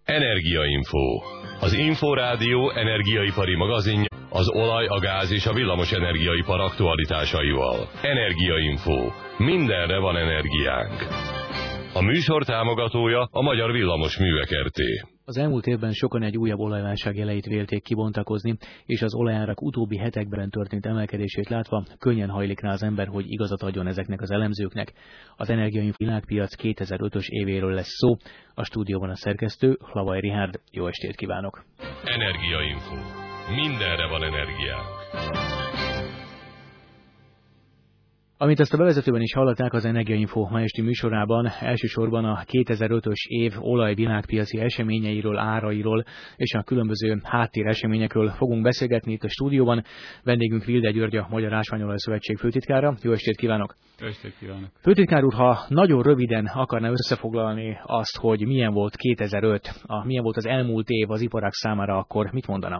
Energiainfo. Az Inforádió energiaipari magazinja az olaj, a gáz és a villamos energiaipar aktualitásaival. Energiainfo. Mindenre van energiánk. A műsor támogatója a Magyar Villamosművek Kft. Az elmúlt évben sokan egy újabb olajválság jeleit vélték kibontakozni, és az olajárak utóbbi hetekben történt emelkedését látva könnyen hajlik rá az ember, hogy igazat adjon ezeknek az elemzőknek. Az Energiainfo világpiac 2005-ös évéről lesz szó. A stúdióban a szerkesztő, Hlavaj Rihárd. Jó estét kívánok! Energiainfo. Mindenre van energiánk. Amint ezt a bevezetőben is hallották, az Energiainfo ma esti műsorában elsősorban a 2005-ös év olajvilágpiaci eseményeiről, árairól és a különböző háttéreseményekről fogunk beszélgetni itt a stúdióban. Vendégünk Vilde György, a Magyar Ásványolaj Szövetség főtitkára. Jó estét kívánok! Jó estét kívánok! Főtitkár úr, ha nagyon röviden akarná összefoglalni azt, hogy milyen volt 2005, milyen volt az elmúlt év az iparág számára, akkor mit mondana?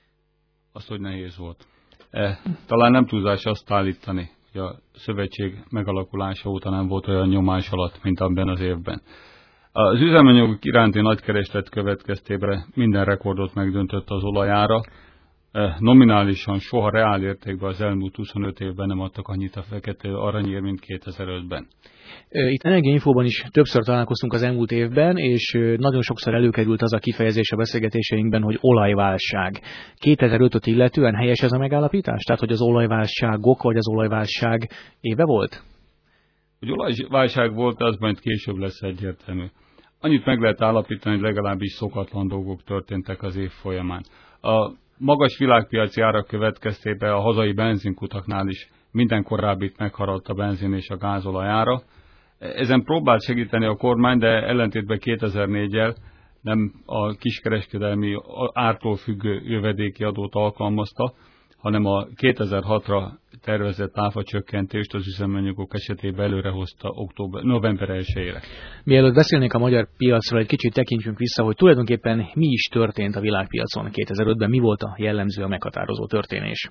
Azt, hogy nehéz volt. Talán nem túlzás azt állítani, hogy a szövetség megalakulása óta nem volt olyan nyomás alatt, mint abban az évben. Az üzemanyagok iránti nagy kereslet következtében minden rekordot megdöntött az olajára. Nominálisan soha reál értékben az elmúlt 25 évben nem adtak annyit a fekete aranyért, mint 2005-ben. Itt Energiainfóban is többször találkoztunk az elmúlt évben, és nagyon sokszor előkerült az a kifejezés a beszélgetéseinkben, hogy olajválság. 2005-öt illetően helyes ez a megállapítás? Tehát, hogy az olajválságok vagy az olajválság éve volt? Hogy olajválság volt, az majd később lesz egyértelmű. Annyit meg lehet állapítani, hogy legalábbis szokatlan dolgok történtek az év folyamán. A magas világpiaci árak következtében a hazai benzinkutaknál is minden korábbit megharadt a benzin és a gázolaj ára. Ezen próbált segíteni a kormány, de ellentétben 2004-jel nem a kiskereskedelmi ártól függő jövedéki adót alkalmazta, hanem a 2006-ra tervezett áfacsökkentést az üzemanyagok esetében előrehozta november 1-ére. Mielőtt beszélnénk a magyar piacról, egy kicsit tekintsünk vissza, hogy tulajdonképpen mi is történt a világpiacon 2005-ben, mi volt a jellemző, a meghatározó történés?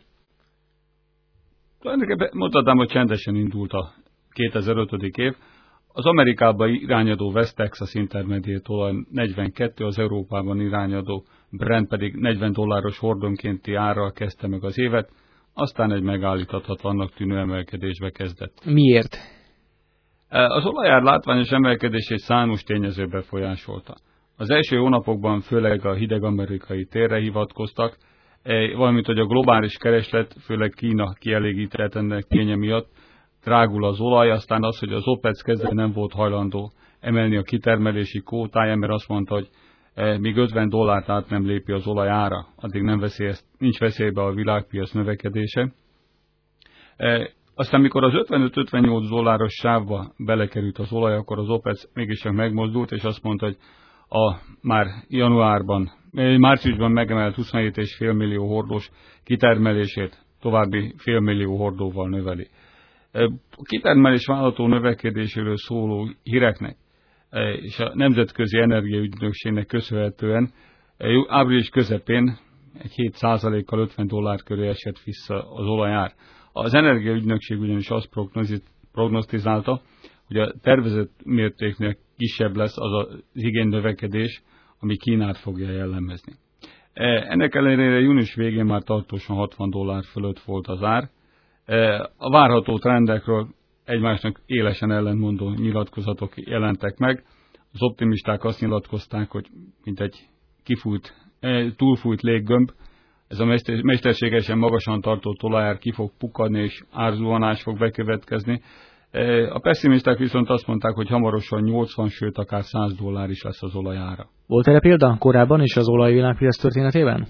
Tulajdonképpen mondhatnám, hogy csendesen indult a 2005. év. Az Amerikában irányadó West Texas Intermediate olaj 42, az Európában irányadó Brent pedig $40 hordonkénti árral kezdte meg az évet, aztán egy megállíthatatlannak tűnő emelkedésbe kezdett. Miért? Az olajár látványos emelkedését számos tényező befolyásolta. Az első hónapokban főleg a hideg amerikai térre hivatkoztak, valamint hogy a globális kereslet, főleg Kína kielégített ennek kénye miatt, drágul az olaj, aztán az, hogy az OPEC kezdve nem volt hajlandó emelni a kitermelési kvótáját, mert azt mondta, hogy míg $50 át nem lépi az olaj ára, addig nincs veszélybe a világpiac növekedése. Aztán, mikor az $55-58 sávba belekerült az olaj, akkor az OPEC mégiscsak megmozdult, és azt mondta, hogy már márciusban megemelt 27,5 millió hordós kitermelését további fél millió hordóval növeli. A kitermelés várható növekedéséről szóló híreknek és a Nemzetközi Energiaügynökségnek köszönhetően április közepén egy 7%-kal $50 köré esett vissza az olajár. Az Energiaügynökség ugyanis azt prognosztizálta, hogy a tervezett mértéknek kisebb lesz az igénynövekedés, ami Kínát fogja jellemezni. Ennek ellenére június végén már tartósan $60 fölött volt az ár. A várható trendekről egymásnak élesen ellentmondó nyilatkozatok jelentek meg. Az optimisták azt nyilatkozták, hogy mint egy túlfújt léggömb, ez a mesterségesen magasan tartott olajár ki fog pukkadni, és árzuhanás fog bekövetkezni. A pessimisták viszont azt mondták, hogy hamarosan 80, sőt akár $100 is lesz az olajára. Volt erre példa korábban is az olajvilágpiac történetében?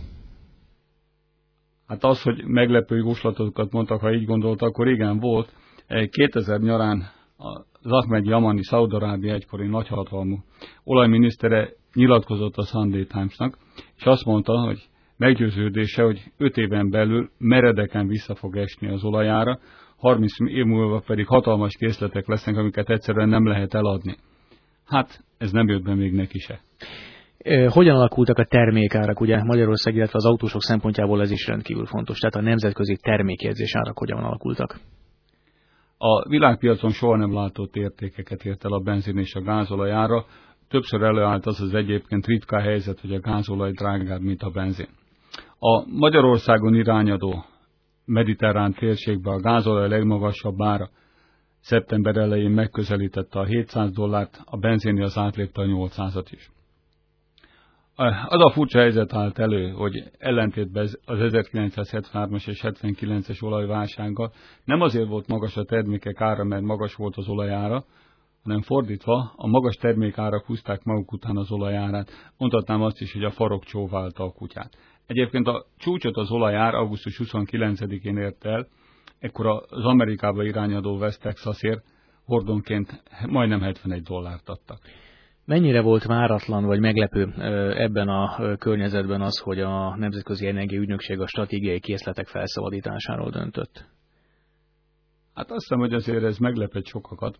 Hát az, hogy meglepő jóslatokat mondtak, ha így gondoltak, akkor igen volt. 2000 nyarán az Ahmed Yamani, Szaúd-Arábia egykori nagyhatalmú olajminisztere nyilatkozott a Sunday Times-nak, és azt mondta, hogy meggyőződése, hogy 5 éven belül meredeken vissza fog esni az olajára, 30 év múlva pedig hatalmas készletek lesznek, amiket egyszerűen nem lehet eladni. Hát ez nem jött be még neki se. Hogyan alakultak a termékárak? Ugye Magyarország, illetve az autósok szempontjából ez is rendkívül fontos. Tehát a nemzetközi termékjegyzés árak hogyan alakultak? A világpiacon soha nem látott értékeket ért el a benzin és a gázolaj ára. többször előállt az egyébként ritka helyzet, hogy a gázolaj drágább, mint a benzin. A Magyarországon irányadó mediterrán térségben a gázolaj legmagasabb ára szeptember elején megközelítette a $700, a benzini az átlépte a 800-at is. Az a furcsa helyzet állt elő, hogy ellentétben az 1973-as és 79-es olajválsággal nem azért volt magas a termékek ára, mert magas volt az olajára, hanem fordítva, a magas termékárak húzták maguk után az olajárát. Mondhatnám azt is, hogy a farok csóválta a kutyát. Egyébként a csúcsot az olajár augusztus 29-én ért el, ekkor az Amerikába irányadó West Texasért hordonként majdnem $71 adtak. Mennyire volt váratlan vagy meglepő ebben a környezetben az, hogy a Nemzetközi Energiaügynökség a stratégiai készletek felszabadításáról döntött? Hát azt hiszem, hogy azért ez meglepett sokakat.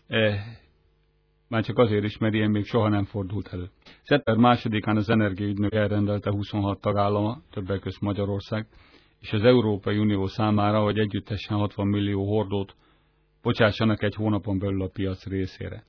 Már csak azért is, mert ilyen még soha nem fordult elő. Szeptember 2-án az Energiaügynökség elrendelte 26 tagállama, többek között Magyarország, és az Európai Unió számára, hogy együttesen 60 millió hordót bocsássanak egy hónapon belül a piac részére.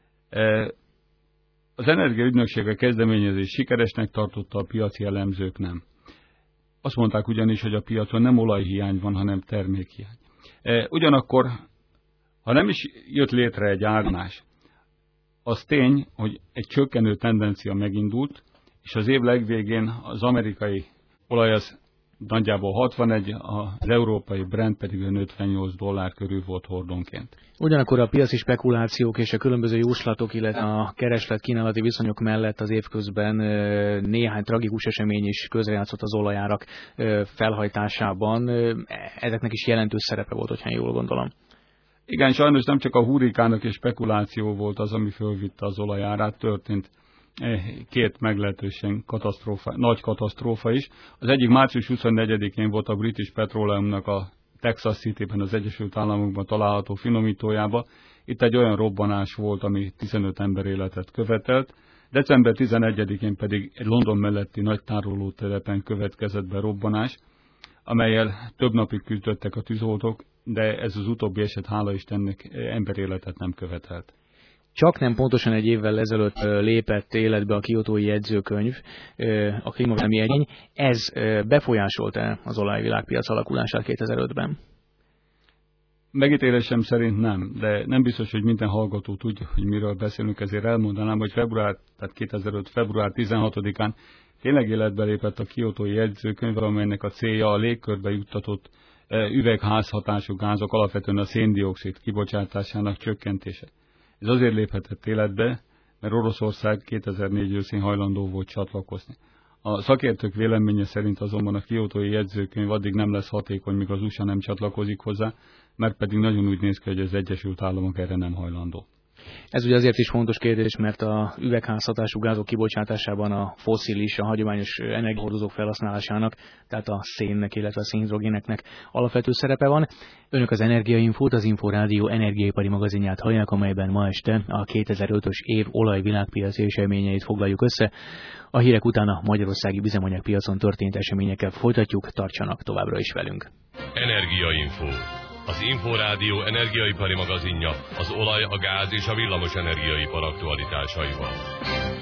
Az Energiaügynökség a kezdeményezés sikeresnek tartotta, a piaci elemzők nem. Azt mondták ugyanis, hogy a piacon nem olajhiány van, hanem termékhiány. Ugyanakkor, ha nem is jött létre egy árnás, az tény, hogy egy csökkenő tendencia megindult, és az év legvégén az amerikai olaj az nagyjából 61, az európai Brent pedig $58 körül volt hordonként. Ugyanakkor a piaci spekulációk és a különböző jóslatok, illetve a kereslet-kínálati viszonyok mellett az évközben néhány tragikus esemény is közrejátszott az olajárak felhajtásában. Ezeknek is jelentős szerepe volt, hogyha jól gondolom. Igen, sajnos nem csak a hurrikánok és spekuláció volt az, ami fölvitte az olajárát, történt két meglehetősen nagy katasztrófa is. Az egyik március 24-én volt a British Petroleumnak a Texas City-ben, az Egyesült Államokban található finomítójába. Itt egy olyan robbanás volt, ami 15 ember életet követelt. December 11-én pedig egy London melletti nagy tárolótelepen következett be robbanás, amellyel több napig küzdöttek a tűzoltók, de ez az utóbbi eset, hála Istennek, emberéletet nem követelt. Csak nem pontosan egy évvel ezelőtt lépett életbe a kiotói jegyzőkönyv, a klímavédelmi egyezmény. Ez befolyásolta az olajvilágpiac alakulását 2005-ben? Megítélésem szerint nem, de nem biztos, hogy minden hallgató tudja, hogy miről beszélünk, ezért elmondanám, hogy 2005. február 16-án tényleg életbe lépett a kiotói jegyzőkönyv, amelynek a célja a légkörbe juttatott üvegházhatású gázok, alapvetően a szén-dioxid kibocsátásának csökkentése. Ez azért léphetett életbe, mert Oroszország 2004 őszén hajlandó volt csatlakozni. A szakértők véleménye szerint azonban a kiotói jegyzőkönyv addig nem lesz hatékony, míg az USA nem csatlakozik hozzá, mert pedig nagyon úgy néz ki, hogy az Egyesült Államok erre nem hajlandó. Ez ugye azért is fontos kérdés, mert a üvegházhatású gázok kibocsátásában a fosszilis, a hagyományos energiahordozók felhasználásának, tehát a szénnek, illetve a szénhidrogéneknek alapvető szerepe van. Önök az Energiainfót, az Inforádió energiaipari magazinját hallják, amelyben ma este a 2005-ös év olajvilágpiaci eseményeit foglaljuk össze. A hírek után a magyarországi üzemanyagpiacon történt eseményekkel folytatjuk, tartsanak továbbra is velünk. Energiainfó. Az Inforádió energiaipari magazinja az olaj, a gáz és a villamos energiaipar aktualitásaival.